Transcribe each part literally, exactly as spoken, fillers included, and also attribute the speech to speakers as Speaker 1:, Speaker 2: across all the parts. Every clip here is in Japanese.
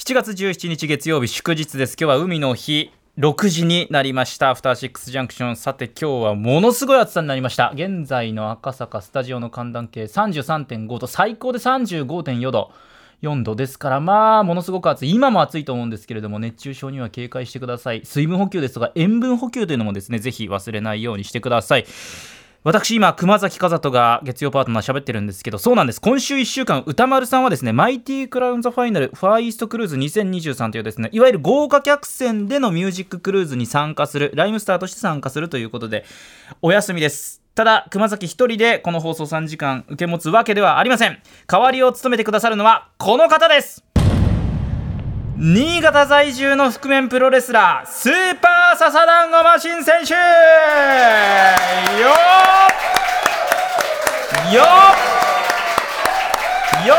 Speaker 1: ちがつじゅうしちにち月曜日祝日です。今日は海の日ろくじになりました。アフターシックスジャンクション。さて今日はものすごい暑さになりました。現在の赤坂スタジオの寒暖計 さんじゅうさんてんご 度、最高で さんじゅうごてんよん 度よんどですから、まあものすごく暑い。今も暑いと思うんですけれども、熱中症には警戒してください。水分補給ですとか塩分補給というのもですね、ぜひ忘れないようにしてください。私今熊崎和人が月曜パートナー喋ってるんですけど、そうなんです。今週いっしゅうかん歌丸さんはですね、マイティクラウンザファイナルファーイーストクルーズにせんにじゅうさんというですね、いわゆる豪華客船でのミュージッククルーズに参加する、ライムスターとして参加するということでお休みです。ただ熊崎一人でこの放送さんじかん受け持つわけではありません。代わりを務めてくださるのはこの方です。新潟在住の覆面プロレスラー、スーパーササダンゴマシン選手。よーよーよ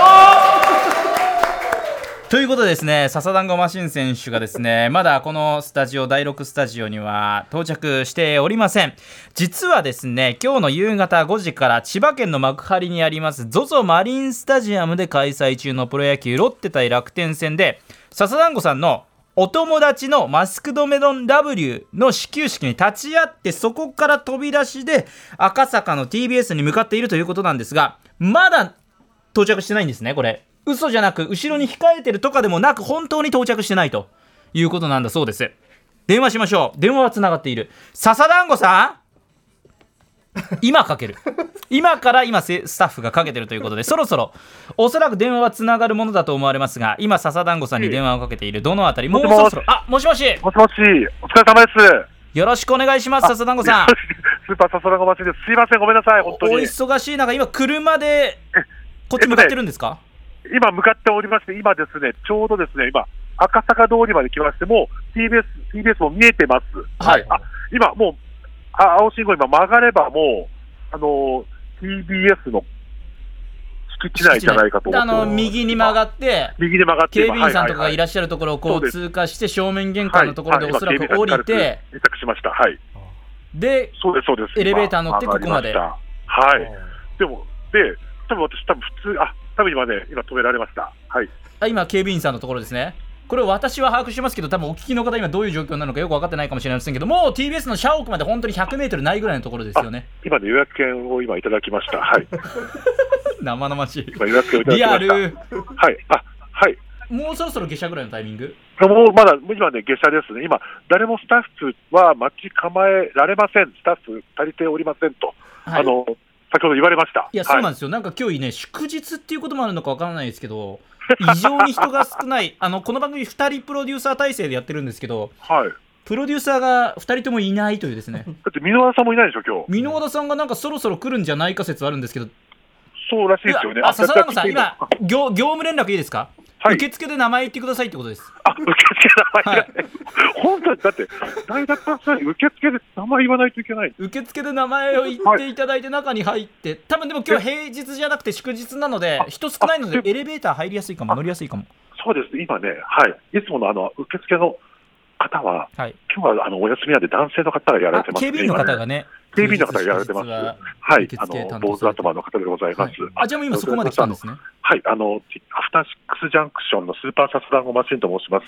Speaker 1: ーということでですね、ササダンゴマシン選手がですね、まだこのスタジオだいろくスタジオには到着しておりません。実はですね、今日の夕方ごじから千葉県の幕張にあります ゾゾ マリンスタジアムで開催中のプロ野球ロッテ対楽天戦で、ササダンゴさんのお友達のマスクドメロン ダブリュー の始球式に立ち会って、そこから飛び出しで赤坂の ティービーエス に向かっているということなんですが、まだ到着してないんですね。これ嘘じゃなく、後ろに控えてるとかでもなく、本当に到着してないということなんだそうです。電話しましょう。電話はつながっている。ササダンゴさん今かける。今から今スタッフがかけてるということで、そろそろおそらく電話はつながるものだと思われますが、今笹団子さんに電話をかけている。どのあたり、もうそろそろ、あ、もしもし
Speaker 2: もしもし、お疲れ様です。
Speaker 1: よろしくお願いします。笹団子さん、
Speaker 2: スーパーササダンゴマシンです。すいません、ごめんなさい。本当に
Speaker 1: お忙しい中、今車でこっち向かってるんですか？
Speaker 2: えっとね、今向かっておりまして、今ですね、ちょうどですね、今赤坂通りまで来まして、もう ティービーエス、ティービーエス も見えてます。
Speaker 1: はい、
Speaker 2: あ、今もうあ青信号今曲がればもうあの ティービーエス の敷地内じゃないかと思って、
Speaker 1: あの右に曲がって
Speaker 2: 右に曲がって
Speaker 1: 警備員さんとかがいらっしゃるところをこう通過して、正面玄関のところでおそらく降りて、
Speaker 2: 到着しました。はい。
Speaker 1: で、
Speaker 2: そうですそうです。
Speaker 1: エレベーター乗ってここまで。
Speaker 2: はい。でもで多分私多分普通あ多分今ね今止められました。はい。
Speaker 1: あ、今警備員さんのところですね。これ私は把握してますけど、多分お聞きの方今どういう状況なのかよく分かってないかもしれませんけども、 ティービーエス の社屋まで本当にひゃくメートルないぐらいのところですよね。
Speaker 2: 今ね予約券を今いただきました。はい。
Speaker 1: 生々しい。
Speaker 2: 今予約券をいただきました。リアル。はい。あ、はい。
Speaker 1: もうそろそろ下車ぐらいのタイミング？
Speaker 2: もうまだ今ね下車ですね。今誰もスタッフは待ち構えられません。スタッフ足りておりませんと、はい、あの先ほど言われました。
Speaker 1: いや、そうなんですよ。はい、なんか今日ね祝日っていうこともあるのかわからないですけど、異常に人が少ない。あのこの番組ふたりプロデューサー体制でやってるんですけど、
Speaker 2: はい、
Speaker 1: プロデューサーがふたりともいないというですね。
Speaker 2: だって箕輪田さんもいないでしょ今日。
Speaker 1: 箕輪田さんがなんかそろそろ来るんじゃないか説あるんですけど。
Speaker 2: そうらしいですよね。
Speaker 1: あ、笹山さん今業、業務連絡いいですか？
Speaker 2: はい、
Speaker 1: 受付で名前言ってくださいってことです。
Speaker 2: あ、受付名前、はい、本当にだって大学さん受付で名前言わないといけない。
Speaker 1: 受付で名前を言っていただいて中に入って、はい、多分でも今日は平日じゃなくて祝日なので人少ないのでエレベーター入りやすいかも、乗りやすいかも。
Speaker 2: そうです今ね、はい、いつものあの受付の方は、はい、今日はあのお休みなんで男性の方がやられてます、ね、
Speaker 1: 警備員の方がね、
Speaker 2: 警備員の方がやられてます。はい、あの坊主頭の方でございます。はい、
Speaker 1: あ、じゃあもう今そこまで来たんですね。
Speaker 2: はい、あのアフターシックスジャンクションのスーパーサスダンゴマシンと申します。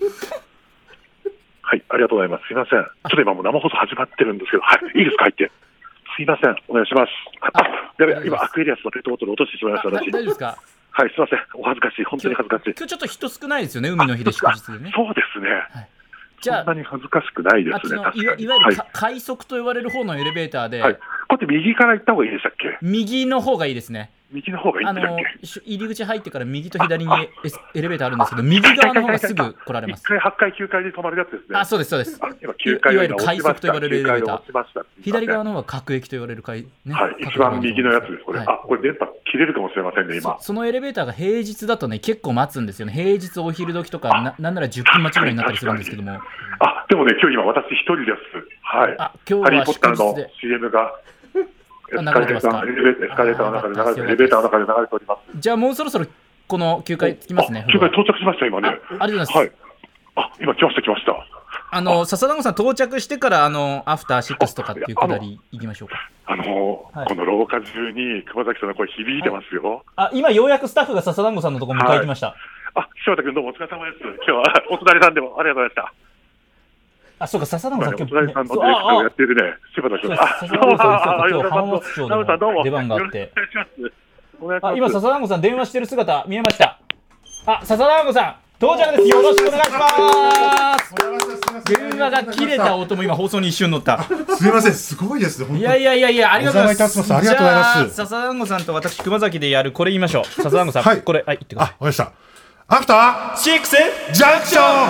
Speaker 2: はい、ありがとうございます。すいません。ちょっと今もう生放送始まってるんですけど、はい、いいですか入って。すいません、お願いします。あ、やべ、今アクエリアスのペットボトル落としてしまいました。私。
Speaker 1: 大丈夫ですか？
Speaker 2: はい、すいません。お恥ずかしい、本当に恥ずかしい。
Speaker 1: 今日ちょっと人少ないですよね、海の日で祝日でね。
Speaker 2: そうですね。はい、
Speaker 1: じゃあ
Speaker 2: そんなに恥ずかしくないですね。
Speaker 1: いわ、いわゆる、はい、快速と言われる方のエレベーターで、
Speaker 2: はい、こうやって右から行った方がいいでしたっけ？
Speaker 1: 右の方がいいですね。
Speaker 2: 右の方がいいんだっけ？あの
Speaker 1: 入り口入ってから右と左にエレベーターあるんですけど、右側の方がすぐ来られます。
Speaker 2: いっかいはちかいきゅうかいで止まるやつですね。
Speaker 1: あ、そうですそうです。
Speaker 2: 今きゅうかい
Speaker 1: いわゆる快速と言われるエレベーター。左側の方が
Speaker 2: 各
Speaker 1: 駅と言われる階、ね、
Speaker 2: はい、一番右のやつですこれ。はい、あ、これ電波切れるかもしれませんね今。
Speaker 1: そ, そのエレベーターが平日だとね結構待つんですよね。平日お昼時とか な, なんならじゅっぷん待ちぐらいになったりするんですけども。
Speaker 2: あ、でもね今日今私一人です。はい。
Speaker 1: あ、今日は祝日で。
Speaker 2: ハリーポッターの シーエム が。
Speaker 1: 流れてますか？
Speaker 2: エレベーターの中で流れて、エレベーターの中で流れております。
Speaker 1: じゃあもうそろそろこのきゅうかい着きますね。
Speaker 2: きゅうかい到着しました今ね。
Speaker 1: あ, ありがとうございます。
Speaker 2: はい。あ、今来ました来ました。
Speaker 1: あの笹団子さん到着してからあのアフターシックスとかっていうくだりいきましょうか。
Speaker 2: あの、はい、この廊下中に熊崎さんの声響いてますよ。
Speaker 1: あ、今ようやくスタッフが笹団子さんのところに迎えてきました。
Speaker 2: はい、 あ、柴田君どうもお疲れ様です。今日はお隣さんでもありがとうございました。
Speaker 1: あ、そうか、笹永さん、
Speaker 2: お隣さんのディレクターをやっているね、柴田君。あ、
Speaker 1: 笹永さん、今日浜松町の出番があって。あ、今笹永さん電話してる姿見えました。あ、笹永さん到着です。よろしくお願いします。電話が切れた音も今放送に一瞬乗った。
Speaker 3: すみません、すごいですね。
Speaker 1: いやいやいやいや、ありがとうございます。
Speaker 3: ありがとうございます。
Speaker 1: 笹永さんと私熊崎でやるこれ言いましょう。笹永さん、はい、これはい言ってください。
Speaker 3: あ、わかりました。アフター
Speaker 1: シックス
Speaker 3: ジャンクション。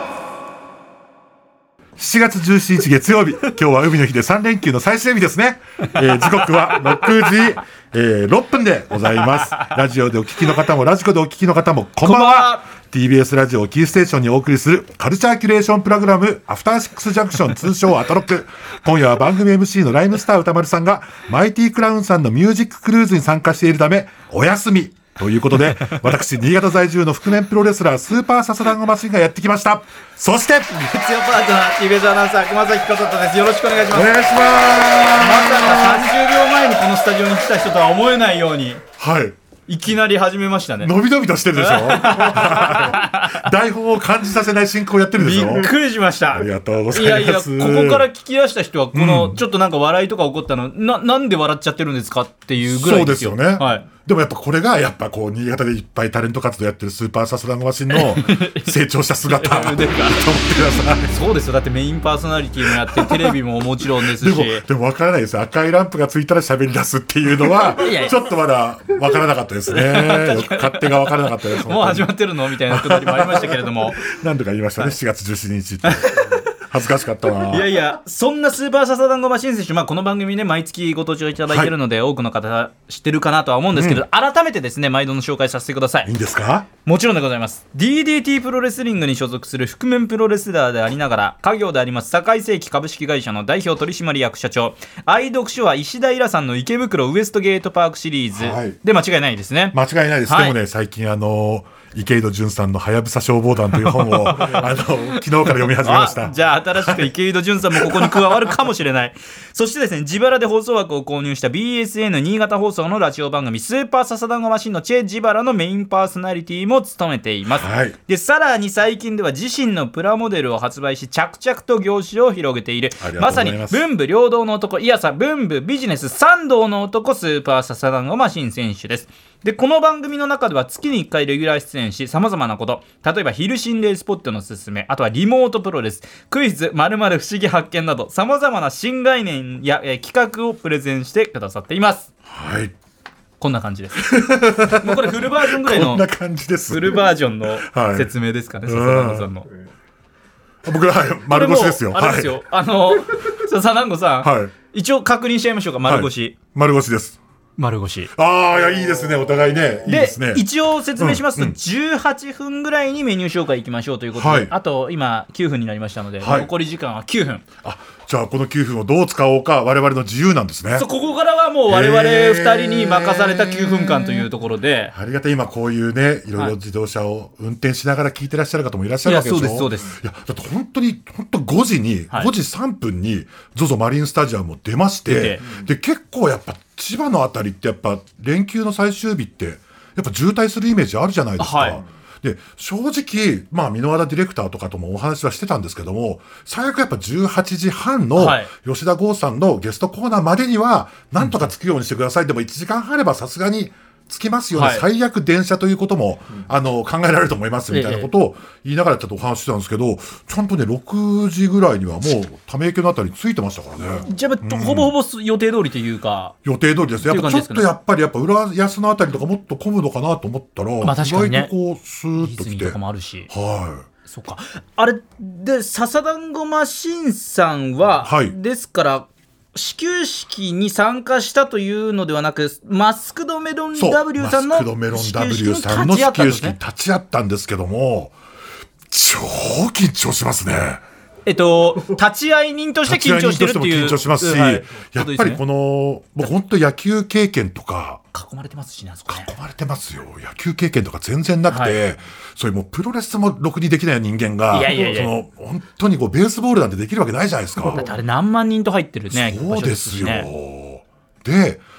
Speaker 3: しちがつじゅうしちにち月曜日、今日は海の日でさん連休の最終日ですね。えー、時刻はろくじ、えー、ろっぷんでございます。ラジオでお聞きの方もラジコでお聞きの方もこんばんは。ティービーエス ラジオをキーステーションにお送りするカルチャーキュレーションプログラムアフターシックスジャンクション、通称アトロック。今夜は番組 エムシー のライムスター歌丸さんがマイティクラウンさんのミュージッククルーズに参加しているためお休みということで、私新潟在住の覆面プロレスラースーパーササダンゴマシンがやってきました。そして
Speaker 1: 月曜パートナー ティービーエス アナウンサー熊崎和人です。よろしくお願いします。
Speaker 3: お願いします。ま
Speaker 1: さかさんじゅうびょうまえにこのスタジオに来た人とは思えないように、
Speaker 3: はい、
Speaker 1: いきなり始めましたね。
Speaker 3: のびのびとしてるでしょ台本を感じさせない進行やってるでしょ。
Speaker 1: びっくりしました。
Speaker 3: ありがとうございます。
Speaker 1: いやいや、ここから聞き出した人はこの、うん、ちょっとなんか笑いとか起こったの な, なんで笑っちゃってるんですかっていうぐらいですよ。
Speaker 3: そうですよね、
Speaker 1: はい、で
Speaker 3: もやっぱこれがやっぱこう新潟でいっぱいタレント活動やってるスーパーサスダンゴマシンの成長した姿と思ってください。
Speaker 1: そうですよ。だってメインパーソナリティもやってテレビももちろんですし。
Speaker 3: でもでも分からないです。赤いランプがついたら喋り出すっていうのはいやいやちょっとまだ分からなかったですね。勝手が分からなかったです。
Speaker 1: もう始まってるのみたいなくだりもありましたけれども
Speaker 3: 何度か言いましたね、はい、しちがつじゅうしちにちって恥ずかしかったな。
Speaker 1: いやいや、そんなスーパーササダンゴマシン選手、まあ、この番組ね毎月ご登場いただいているので、はい、多くの方知ってるかなとは思うんですけど、うん、改めてですね毎度の紹介させてください。
Speaker 3: いいんですか。
Speaker 1: もちろんでございます。 ディーディーティー プロレスリングに所属する覆面プロレスラーでありながら家業であります堺世紀株式会社の代表取締役社長、愛読書は石田イラさんの池袋ウエストゲートパークシリーズ、はい、で間違いないですね。
Speaker 3: 間違いないです、はい、でもね最近あのー池井戸潤さんのはやぶさ消防団という本をあの昨日から読み始めました。
Speaker 1: じゃあ新しく池井戸潤さんもここに加わるかもしれないそしてですね、自腹で放送枠を購入した ビーエスエヌ 新潟放送のラジオ番組スーパーササダンゴマシンのチェ・ジバラのメインパーソナリティも務めています、はい、でさらに最近では自身のプラモデルを発売し着々と業種を広げている、まさに文武両道の男、いやさ文武ビジネス三道の男、スーパーササダンゴマシン選手です。でこの番組の中では月にいっかいレギュラー出演し、さまざまなこと、例えば昼心霊スポットのすすめ、あとはリモートプロレス、クイズ〇〇不思議発見など、さまざまな新概念や、えー、企画をプレゼンしてくださっています。
Speaker 3: はい、
Speaker 1: こんな感じですもうこれフルバージョンぐらいの
Speaker 3: こんな感じです
Speaker 1: フルバージョンの説明ですかね、笹団子さんの。
Speaker 3: 僕は丸腰ですよ。
Speaker 1: あれですよ、はい、あの笹団子さん、はい、一応確認しちゃいましょうか。丸腰、はい、
Speaker 3: 丸腰です。
Speaker 1: 丸腰。
Speaker 3: ああ、いやいいですね、お互いね。いいですね。
Speaker 1: で一応説明しますと、うんうん、じゅうはっぷんぐらいにメニュー紹介いきましょうということで、はい、あと今きゅうふんになりましたので、はい、残り時間はきゅうふん。
Speaker 3: あ、じゃあこのきゅうふんをどう使おうか我々の自由なんですね。
Speaker 1: そう、ここからはもう我々ふたりに任されたきゅうふんかんというところで、
Speaker 3: ありがたい。今こういうね、いろいろ自動車を運転しながら聞いてらっしゃる方もいらっしゃるわけでしょ。
Speaker 1: いやそうですそうです。
Speaker 3: いやだって本当に本当ごじに、はい、ごじさんぷんに ゾゾ マリンスタジアムも出まして、で結構やっぱ千葉のあたりってやっぱ連休の最終日ってやっぱ渋滞するイメージあるじゃないですか、はい、で正直まあ箕輪田ディレクターとかともお話はしてたんですけども、最悪やっぱじゅうはちじはんの吉田剛さんのゲストコーナーまでにはなんとか着くようにしてください、うん、でもいちじかんはんあればさすがに着きますよね、はい、最悪電車ということも、うん、あの考えられると思いますみたいなことを言いながらちょっとお話してたんですけど、ちゃんとねろくじぐらいにはもうため池のあたりに着いてましたからね。
Speaker 1: じゃあ、うん、ほぼほぼ予定通りというか。
Speaker 3: 予定通りです。やっぱちょっとやっぱりやっぱ浦安のあたりとかもっと混むのかなと思ったら、
Speaker 1: まあ確かにね、
Speaker 3: 意外とこうスーッと来て、
Speaker 1: とかもあるし、
Speaker 3: はい、
Speaker 1: そうか。あれで笹団子マシンさんは、はい、ですから始球式に参加したというのではなく、マスクドメロン W さんの
Speaker 3: マスクドメロン W さんの始球式に立ち会ったんですけども、超緊張しますね。
Speaker 1: えっと、立ち会い人として緊張してるっていう。
Speaker 3: 緊張しますし、はい、やっぱりこの僕本当野球経験とか
Speaker 1: 囲まれてますしね、あそこね。
Speaker 3: 囲まれてますよ。野球経験とか全然なくて、はい、そういうもうプロレスもろくにできない人間が、いやいやいや、その本当にこうベースボールなんてできるわけないじゃないですか。
Speaker 1: だってあれ何万人と入ってるね。
Speaker 3: そうですよ。で、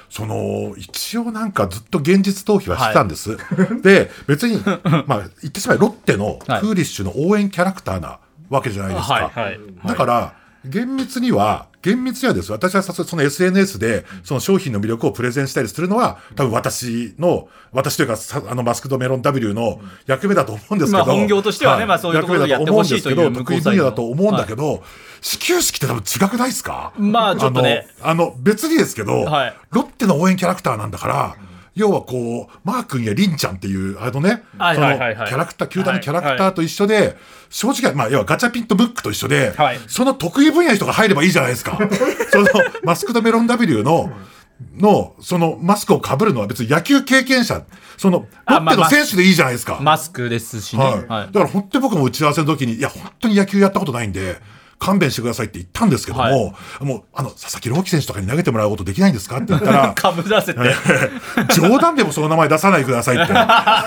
Speaker 3: その一応なんかずっと現実逃避はしてたんです、はい、で別にまあ言ってしまえロッテのクーリッシュの応援キャラクターなわけじゃないですか、はいはいはい、だから厳密には厳密にはです私はその エスエヌエス でその商品の魅力をプレゼンしたりするのは多分私の私というかあのマスクドメロン W の役目だと思うんですけど、まあ、
Speaker 1: 本業としてはね、はい、まあ、そういうところでやってほしいという
Speaker 3: 得意分野だと思うんだけど、はい、始球式って多分違くないですか？
Speaker 1: まあちょっとね
Speaker 3: あの、あの別にですけど、はい、ロッテの応援キャラクターなんだから要はこうマー君やリンちゃんっていうあのね、はいそのキャラクター球団のキャラクターと一緒で、はいはい、正直まあ要はガチャピンとムックと一緒で、はい、その得意分野の人が入ればいいじゃないですかそのマスクドメロン W ののそのマスクを被るのは別に野球経験者そのロッテの選手でいいじゃないですか、まあ、
Speaker 1: マスクですしね、はい
Speaker 3: はい、だから本当に僕も打ち合わせの時にいや本当に野球やったことないんで勘弁してくださいって言ったんですけども、はい、もうあの佐々木朗希選手とかに投げてもらうことできないんですかって言ったら
Speaker 1: かぶらせて
Speaker 3: 冗談でもその名前出さないでくださいって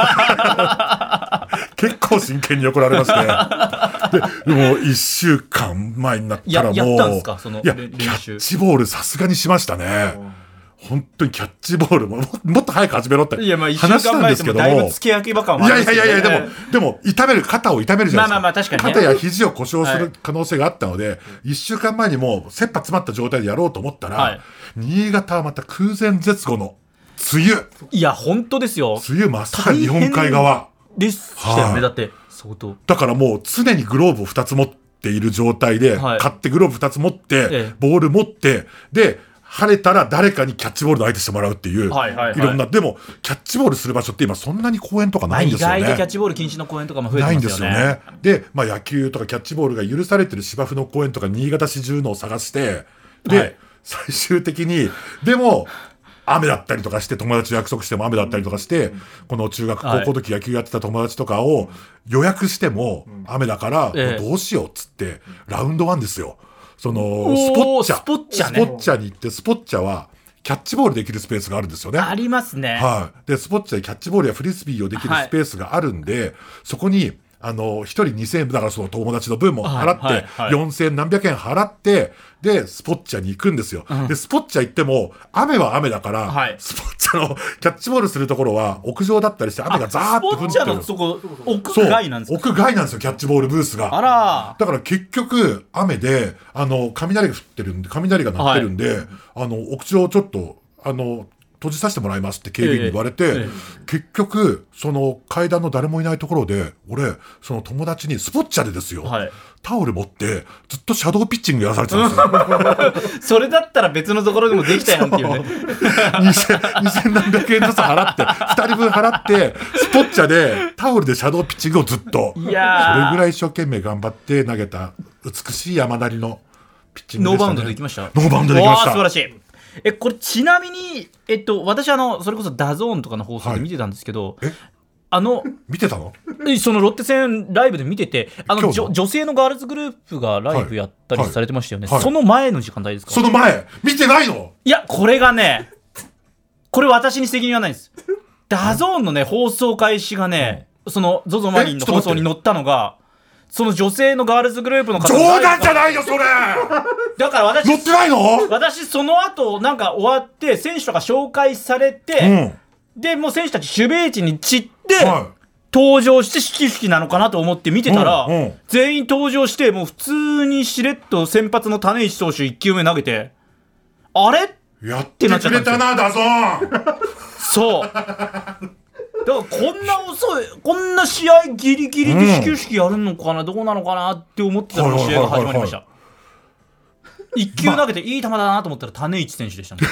Speaker 3: 結構真剣に怒られましてでもういっしゅうかんまえになったらもう
Speaker 1: や, やったんですかその
Speaker 3: いや練習キャッチボールさすがにしましたね。本当にキャッチボールももっと早く始めろって話したんですけども、いやまあいっしゅうかんまえでもだいぶ付け焼き場感はありますよね。いやいやいやでもでも痛める肩を痛めるじゃないですか。まあまあまあ確かにね。肩や肘を故障する可能性があったので、はい、いっしゅうかんまえにもう切羽詰まった状態でやろうと思ったら、はい、新潟はまた空前絶後の梅雨。
Speaker 1: いや本当ですよ。
Speaker 3: 梅雨真っ盛り日本海側
Speaker 1: でしたよね、はい、だって相当。
Speaker 3: だからもう常にグローブをふたつ持っている状態で、はい、買ってグローブふたつ持って、ええ、ボール持ってで晴れたら誰かにキャッチボールの相手してもらうっていう、はいはいはい、いろんなでもキャッチボールする場所って今そんなに公園とかないんですよね。
Speaker 1: 意外とキャッチボール禁止の公園とかも増えてますよね。ないんですよね。
Speaker 3: で、まあ、野球とかキャッチボールが許されてる芝生の公園とか新潟市中のを探してで、はい、最終的にでも雨だったりとかして友達と約束しても雨だったりとかして、うん、この中学高校の時野球やってた友達とかを予約しても雨だからどうしようっつってラウンドワンですよ。そのスポッチャ
Speaker 1: スポッチャね、
Speaker 3: スポッチャに行ってスポッチャはキャッチボールできるスペースがあるんですよね。
Speaker 1: ありますね。
Speaker 3: はい。でスポッチャでキャッチボールやフリスビーをできるスペースがあるんで、はい、そこにあの一人にせんえんだからその友達の分も払って、はいはいはい、よんせん何百円払ってでスポッチャに行くんですよ、うん、でスポッチャ行っても雨は雨だから、はい、スポッチャのキャッチボールするところは屋上だったりして雨がザーッと降ってる。
Speaker 1: スポッチャのそこ屋外なんですか？
Speaker 3: 屋外なんですよキャッチボールブースが。
Speaker 1: あら
Speaker 3: だから結局雨であの雷が降ってるんで雷が鳴ってるんで、はい、あの屋上ちょっとあの閉じさせてもらいますって警備員に言われて、えええ、結局その階段の誰もいないところで俺その友達にスポッチャでですよ、はい、タオル持ってずっとシャドーピッチングやらされてたんですよ
Speaker 1: それだったら別のところでもできたやんっていうね
Speaker 3: にせん何百円ずつ払ってふたりぶん払ってスポッチャでタオルでシャドーピッチングをずっといやそれぐらい一生懸命頑張って投げた美しい山なりのピッチングでしたね。ノーバウンドでできました。ノーバウンドでできました。
Speaker 1: 素晴らしい。えこれちなみに、えっと、私あのそれこそダゾーンとかの放送で見てたんですけど、はい、あの
Speaker 3: 見てたの？
Speaker 1: そのロッテ戦ライブで見ててあの女性のガールズグループがライブやったりされてましたよね、はいはい、その前の時間帯ですか？
Speaker 3: その前見てないの？
Speaker 1: いやこれがねこれ私に責任はないんです。ダゾーンのね放送開始がね、うん、その ゾゾ マリンの放送に載ったのがその女性のガールズグループの方
Speaker 3: 冗談じゃないよそれ
Speaker 1: だから私
Speaker 3: 乗ってないの？
Speaker 1: 私その後なんか終わって選手とか紹介されて、うん、でもう選手たち守備位置に散って、はい、登場して始球式なのかなと思って見てたら、うんうん、全員登場してもう普通にしれっと先発の種市投手いっきゅうめ投げてあれ
Speaker 3: やってくれたなダゾーン
Speaker 1: そうだからこんな遅いこんな試合ギリギリで始球式やるのかな、うん、どうなのかなって思ってたら試合が始まりました。いっきゅう投げていい球だなと思ったら種市選手でしたね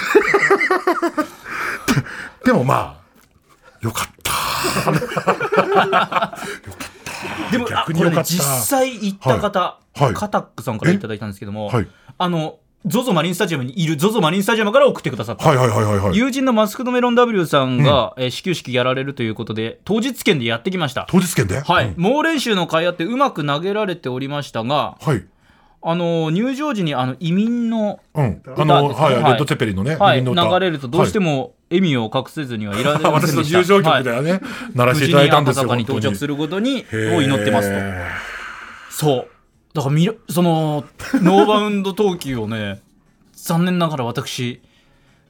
Speaker 3: でもまあよかったよかった
Speaker 1: でも逆によかった。これね実際行った方、はいはい、カタックさんからいただいたんですけども、はい、あのゾゾ マリンスタジアムにいる ゾゾ マリンスタジアムから送ってくださった、はいはいはいはい、友人のマスクドメロン W さんが、うんえー、始球式やられるということで当日券でやってきました。
Speaker 3: 当日券で、
Speaker 1: はい、
Speaker 3: うん、
Speaker 1: 猛練習の甲斐あってうまく投げられておりましたが、はい、あの入場時にあの移民の歌、うん、あの、はいはい、レッド・ツェペリンのね、はい、流れるとどうしても笑みを隠せずにはいられませんでした。
Speaker 3: 私の入場曲ではね、はい、鳴らしていただいたんですよ。
Speaker 1: 無事に赤坂に到着することにを祈ってますと。そうだからみそのノーバウンド投球をね残念ながら私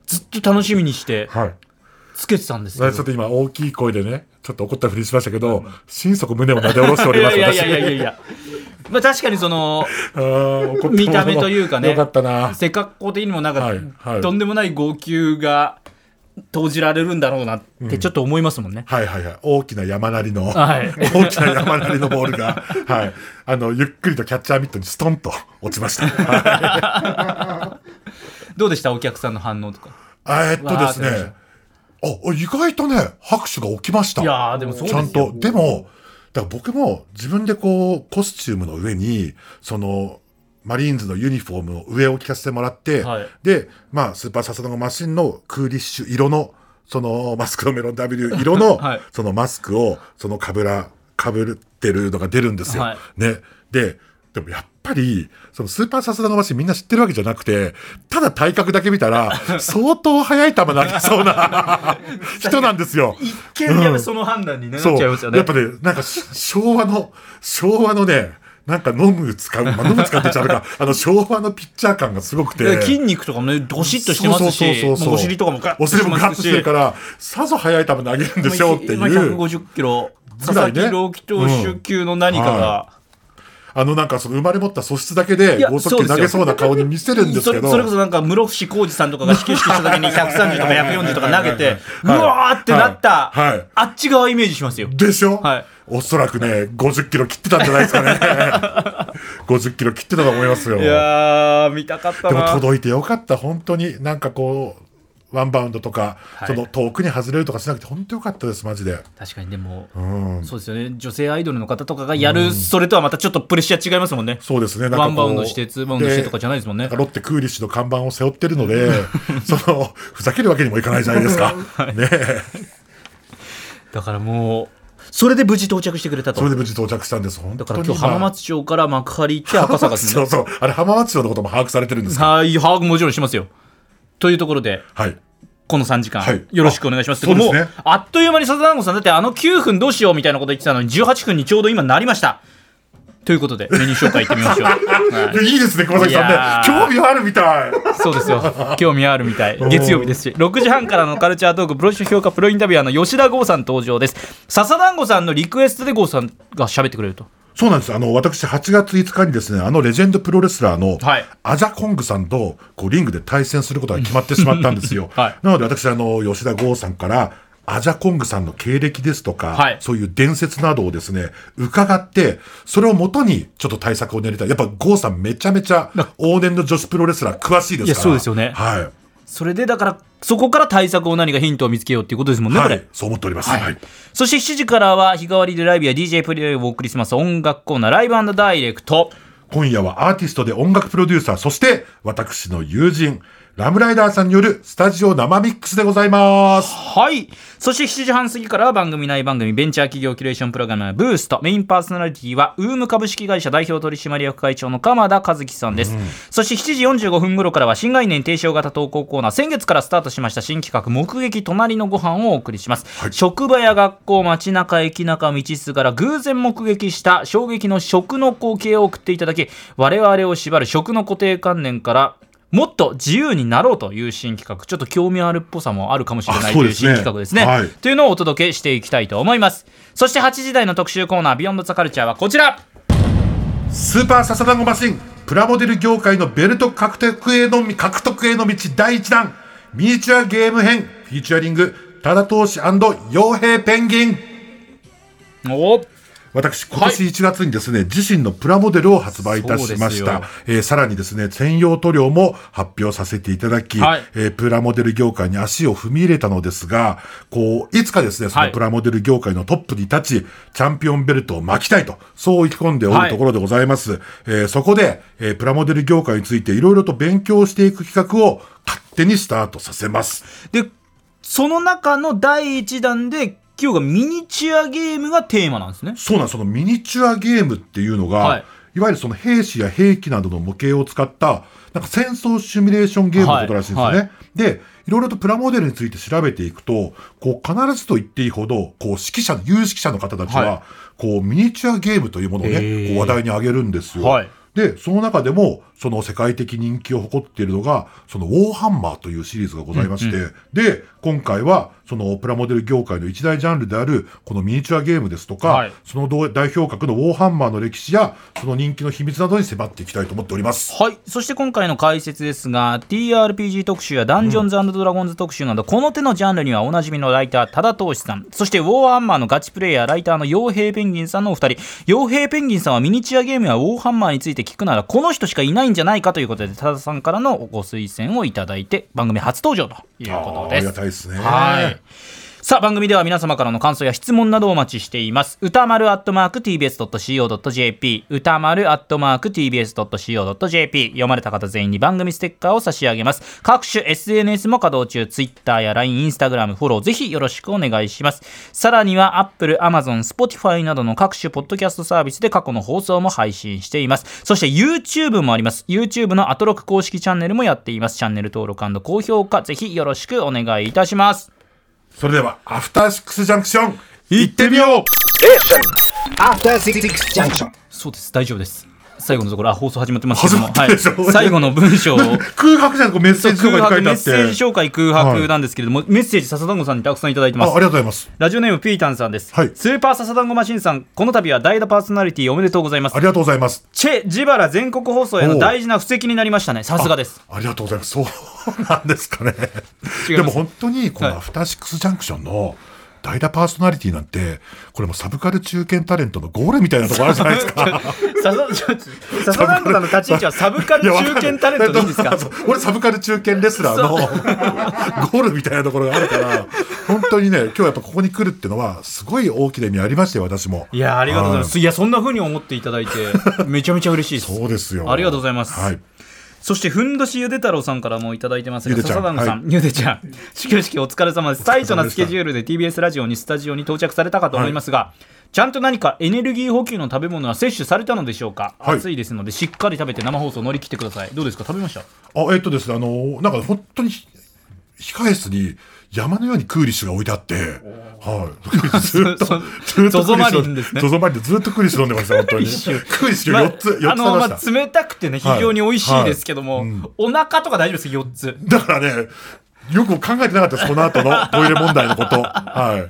Speaker 1: ずっと楽しみにして
Speaker 3: はい
Speaker 1: つけてたんですけど、
Speaker 3: ちょっと今大きい声でねちょっと怒ったふりしましたけど、心底胸をなで下ろしております。
Speaker 1: いやいやいやいやいやまあ確かにその見た目というかね、
Speaker 3: よかったな、
Speaker 1: 背格好的にもなんか、
Speaker 3: はいはい、
Speaker 1: とんでもない号泣が投じられるんだろうなってちょっと思いますもんね、
Speaker 3: うん、はいはいはい、大きな山なりの、
Speaker 1: はい、
Speaker 3: 大きな山なりのボールが、はい、あのゆっくりとキャッチャーミットにストンと落ちました、はい、
Speaker 1: どうでしたお客さんの反応とか。
Speaker 3: えっとですね、あ意外とね拍手が起きました。
Speaker 1: いやでもそうですよ。
Speaker 3: ちゃんとでもだから僕も自分でこうコスチュームの上にそのマリーンズのユニフォームの上を着させてもらって、はい、でまあスーパーササダゴマシンのクーリッシュ色のそのマスクのメロン W 色の、はい、そのマスクをそのかぶらかぶってるのが出るんですよ、はい、ね。ででもやっぱりそのスーパーサスダゴマシンみんな知ってるわけじゃなくて、ただ体格だけ見たら相当速い球投げそうな人なんですよ。
Speaker 1: 一見でもその判断に、ね、うん、なっちゃいますよね。
Speaker 3: やっぱねなんか昭和の昭和のねなんか飲む使う、まあ、飲む使うって言っちゃうかあの昭和のピッチャー感がすごくて、
Speaker 1: 筋肉とかもねどしっとしてますし、お尻とかもガッとしてますし、
Speaker 3: お尻もガッとしてるからさぞ速い球投げるんでしょうっていう、
Speaker 1: ひゃくごじゅっキロ佐々木朗希投手級の何かが、うんはい
Speaker 3: あのなんかその生まれ持った素質だけで剛速球投げそうな顔に見せるんですけど、
Speaker 1: そ, それこそなんか室伏浩二さんとかが始球式した時にひゃくさんじゅうとかひゃくよんじゅうとか投げてうわーってなった、はいはい、あっち側イメージしますよ。
Speaker 3: でしょ、
Speaker 1: はい、
Speaker 3: おそらくねごじゅっキロ切ってたんじゃないですかねごじゅっキロ切ってたと思いますよ。
Speaker 1: いやー見たかったな。
Speaker 3: でも届いてよかった。本当になんかこうワンバウンドとか、はい、その遠くに外れるとかしなくて本当よかったですマジで。
Speaker 1: 確かにでも、うん、そうですよね。女性アイドルの方とかがやる、うん、それとはまたちょっとプレッシャー違いますもんね。
Speaker 3: そうですね。
Speaker 1: なんかワンバウンドしてツーバウンドしてとかじゃないですもんね。
Speaker 3: なんかロッテクーリッシュの看板を背負ってるのでそのふざけるわけにもいかないじゃないですか、はい、ね
Speaker 1: だからもうそれで無事到着してくれたと。
Speaker 3: それで無事到着したんです。本当にだから
Speaker 1: 今日浜松町から幕張行って赤坂ですね。
Speaker 3: そうそうあれ浜松町のことも把握されてるんですか。
Speaker 1: はい把握もちろんしますよ。というところで、はいこのさんじかん、はい、よろしくお願いします。あ、もう、ね、あっという間に笹団子さんだってあのきゅうふんどうしようみたいなこと言ってたのにじゅうはっぷんにちょうど今なりましたということでメニュー紹介いってみましょう、
Speaker 3: はい、いいですね熊崎さんね興味あるみたい。
Speaker 1: そうですよ興味あるみたい。月曜日ですしろくじはんからのカルチャートークプロ評価プロインタビュアーの吉田剛さん登場です。笹団子さんのリクエストで剛さんが喋ってくれると。そうなんです。あの私はちがついつかにですねあのレジェンドプロレスラーのアジャコングさんとこうリングで対戦することが決まってしまったんですよ、はい、なので私あの吉田剛さんからアジャコングさんの経歴ですとか、はい、そういう伝説などをですね伺ってそれをもとにちょっと対策を練りたい。やっぱ剛さんめちゃめちゃ往年の女子プロレスラー詳しいですから。いやそうですよね、はい、それでだからそこから対策を何かヒントを見つけようっていうことですもんね、はい、これそう思っております、はいはい、そしてしちじからは日替わりでライブや ディージェー プレイをお送りします音楽コーナーライブ&ダイレクト。今夜はアーティストで音楽プロデューサーそして私の友人ラムライダーさんによるスタジオ生ミックスでございます。はい。そしてしちじはん過ぎからは番組内番組ベンチャー企業キュレーションプログラムブースト。メインパーソナリティはウーム株式会社代表取締役会長の鎌田和樹さんです、うん、そしてしちじよんじゅうごふん頃からは新概念提唱型投稿コーナー先月からスタートしました新企画目撃隣のご飯をお送りします、はい、職場や学校街中駅中道すがら偶然目撃した衝撃の食の光景を送っていただき我々を縛る食の固定観念からもっと自由になろうという新企画、ちょっと興味あるっぽさもあるかもしれないという新企画ですね、はい、というのをお届けしていきたいと思います。そしてはちじ台の特集コーナービヨンドザカルチャーはこちら。スーパーササダンゴマシンプラモデル業界のベルト獲得への獲得への道だいいちだんミニチュアゲーム編フィーチャリング多田投手&傭兵ペンギン。お私今年いちがつにですね、はい、自身のプラモデルを発売いたしました、えー、さらにですね専用塗料も発表させていただき、はい、えー、プラモデル業界に足を踏み入れたのですがこういつかですねそのプラモデル業界のトップに立ち、はい、チャンピオンベルトを巻きたいとそう意気込んでおるところでございます、はい、えー、そこで、えー、プラモデル業界についていろいろと勉強していく企画を勝手にスタートさせます。でその中のだいいちだんで今日がミニチュアゲームがテーマなんですね。そうなんです。そのミニチュアゲームっていうのが、はい、いわゆるその兵士や兵器などの模型を使ったなんか戦争シミュレーションゲームのことらしいんですよね、はいはい、でいろいろとプラモデルについて調べていくとこう必ずと言っていいほどこう指揮者有識者の方たちは、はい、こうミニチュアゲームというものをねこう話題に挙げるんですよ、はい、
Speaker 3: で、その中でも、その世界的人気を誇っているのが、そのウォーハンマーというシリーズがございまして、うんうん、で、今回は、そのプラモデル業界の一大ジャンルである、このミニチュアゲームですとか、はい、その代表格のウォーハンマーの歴史や、その人気の秘密などに迫っていきたいと思っております。
Speaker 1: はい。そして今回の解説ですが、ティーアールピージー 特集やダンジョンズ&ドラゴンズ特集など、うん、この手のジャンルにはおなじみのライター、多田投資さん、そしてウォーハンマーのガチプレイヤー、ライターの傭兵ペンギンさんのお二人。傭兵ペンギンさんはミニチュアゲームやウォーハンマーについて聞くなら、この人しかいないんじゃないかということで、多田さんからのご推薦をいただいて、番組初登場ということです。
Speaker 3: ありがたいですね。
Speaker 1: はい。さあ、番組では皆様からの感想や質問などをお待ちしています。歌丸アットマーク ティービーエスドットシーオードットジェーピー 歌丸アットマーク ティービーエスドットシーオードットジェーピー 読まれた方全員に番組ステッカーを差し上げます。各種 エスエヌエス も稼働中、Twitter や ライン、Instagram、フォローぜひよろしくお願いします。さらには Apple、Amazon、Spotify などの各種ポッドキャストサービスで過去の放送も配信しています。そして YouTube もあります。YouTube のアトロク公式チャンネルもやっています。チャンネル登録&高評価ぜひよろしくお願いいたします。
Speaker 3: それではアフターシックスジャンクション行ってみよう。
Speaker 1: アフターシックスジャンクション。そうです、大丈夫です。最後のところ、あ、放送始まってますけども、はい、最後の文章を
Speaker 3: 空白じゃん、メッセージ紹介書いてあって、
Speaker 1: メッセージ紹介空白なんですけれども、はい、メッセージ笹団子さんにたくさんいただいてます。
Speaker 3: あ, ありがとうございます。
Speaker 1: ラジオネームピータンさんです、はい、スーパー笹団子マシンさん、この度は代打パーソナリティおめでとうございます。
Speaker 3: ありがとうございます。
Speaker 1: チェ・ジバラ全国放送への大事な布石になりましたね。さすがです。
Speaker 3: あ, ありがとうございます。そうなんですかねでも本当にこのアフターシックスジャンクションの代打パーソナリティなんて、これもサブカル中堅タレントのゴールみたいなところあるじゃないですか
Speaker 1: 笹団子さんの立ち位置はサブカル中堅タレントでいいんですか？
Speaker 3: 俺サブカル中堅レスラーのゴールみたいなところがあるから、本当にね、今日やっぱここに来るっていうのはすごい大きな意味ありましたよ、私も。
Speaker 1: いや、ありがとうございます。いや、そんな風に思っていただいてめちゃめちゃ嬉しいです。
Speaker 3: そうですよ、
Speaker 1: ありがとうございます。はい。そしてふんどしゆで太郎さんからもいただいてますが、笹団子さん、ゆでちゃん、始球式お疲れ様です。タイトなスケジュールで ティービーエス ラジオにスタジオに到着されたかと思いますが、はい、ちゃんと何かエネルギー補給の食べ物は摂取されたのでしょうか？はい、暑いですのでしっかり食べて生放送乗り切ってください。どうですか、食べました？あ、
Speaker 3: えっとですね、あのなんか本当に控え室に山のようにクーリッシュが置いてあって、はい、ずっとずっとゾゾマリンですね。ゾゾマリンでずっとクーリッシュ飲んでました。本当にクーリッシュよっつ、まあ、よっつ食べました。あの、ま
Speaker 1: あ、冷たくてね、非常に美味しいですけども、はいはい、うん、お腹とか大丈夫です。よっつ
Speaker 3: だからね、よく考えてなかったです、この後のトイレ問題のこと。はい。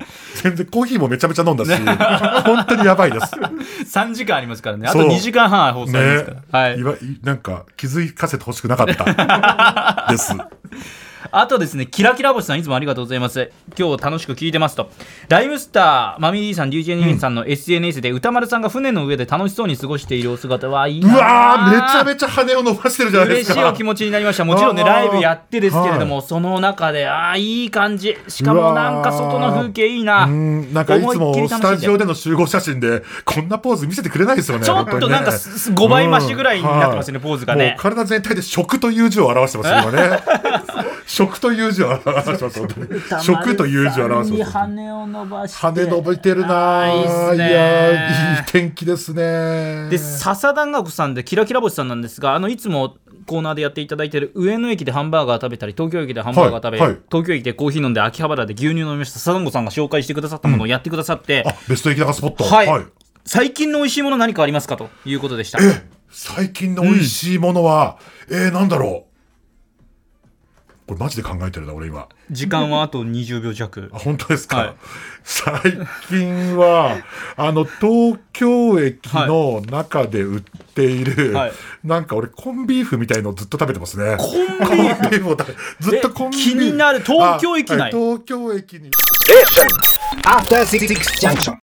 Speaker 3: 全然コーヒーもめちゃめちゃ飲んだし、本当にやばいです。
Speaker 1: さんじかんありますからね。あとにじかんはん放送ありますから。ね、はい。いわ
Speaker 3: なんか気づかせてほしくなかったです。
Speaker 1: あとですね、キラキラ星さんいつもありがとうございます。今日楽しく聞いてますと。ライムスターマミー D さん ディージェー ニーさんの エスエヌエス で歌丸さんが船の上で楽しそうに過ごしているお姿はいいな。
Speaker 3: うわー、めちゃめちゃ羽を伸ばしてるじゃないですか。
Speaker 1: 嬉しいお気持ちになりました。もちろんね、ライブやってですけれども、はい、その中であーいい感じ、しかもなんか外の風景いいな。
Speaker 3: うん、なんかいつもスタジオでの集合写真でこんなポーズ見せてくれないですよね。
Speaker 1: ちょっとなんかごばい増しぐらいになってますね、うん、ポーズがね。
Speaker 3: もう体全体で食という字を表してます今ね。食という字を表してます。食という字を表してます。
Speaker 1: 羽を伸ばして、
Speaker 3: 羽伸びてるな。いいですね。いや、いい天気ですね。
Speaker 1: で、笹団子さんでキラキラ星さんなんですが、あのいつもコーナーでやっていただいている上野駅でハンバーガー食べたり、東京駅でハンバーガー食べ、はいはい、東京駅でコーヒー飲んで、秋葉原で牛乳飲みました。笹団子さんが紹介してくださったものをやってくださって、
Speaker 3: うん、あ、ベスト駅高スポット、
Speaker 1: はいはい、最近の美味しいもの何かありますかということでした。
Speaker 3: え、最近の美味しいものは、うん、えー、なんだろう。これマジで考えてるな俺今。
Speaker 1: 時間はあとにじゅうびょう弱。
Speaker 3: あ、本当ですか、はい、最近はあの東京駅の中で売っている、はい、なんか俺コンビーフみたいのをずっと食べてますね。
Speaker 1: コンビーフ
Speaker 3: ーフをずっとコンビーフ。
Speaker 1: 気になる。東京駅内、
Speaker 3: はい、東京駅に
Speaker 1: アフターシックスジャンクション。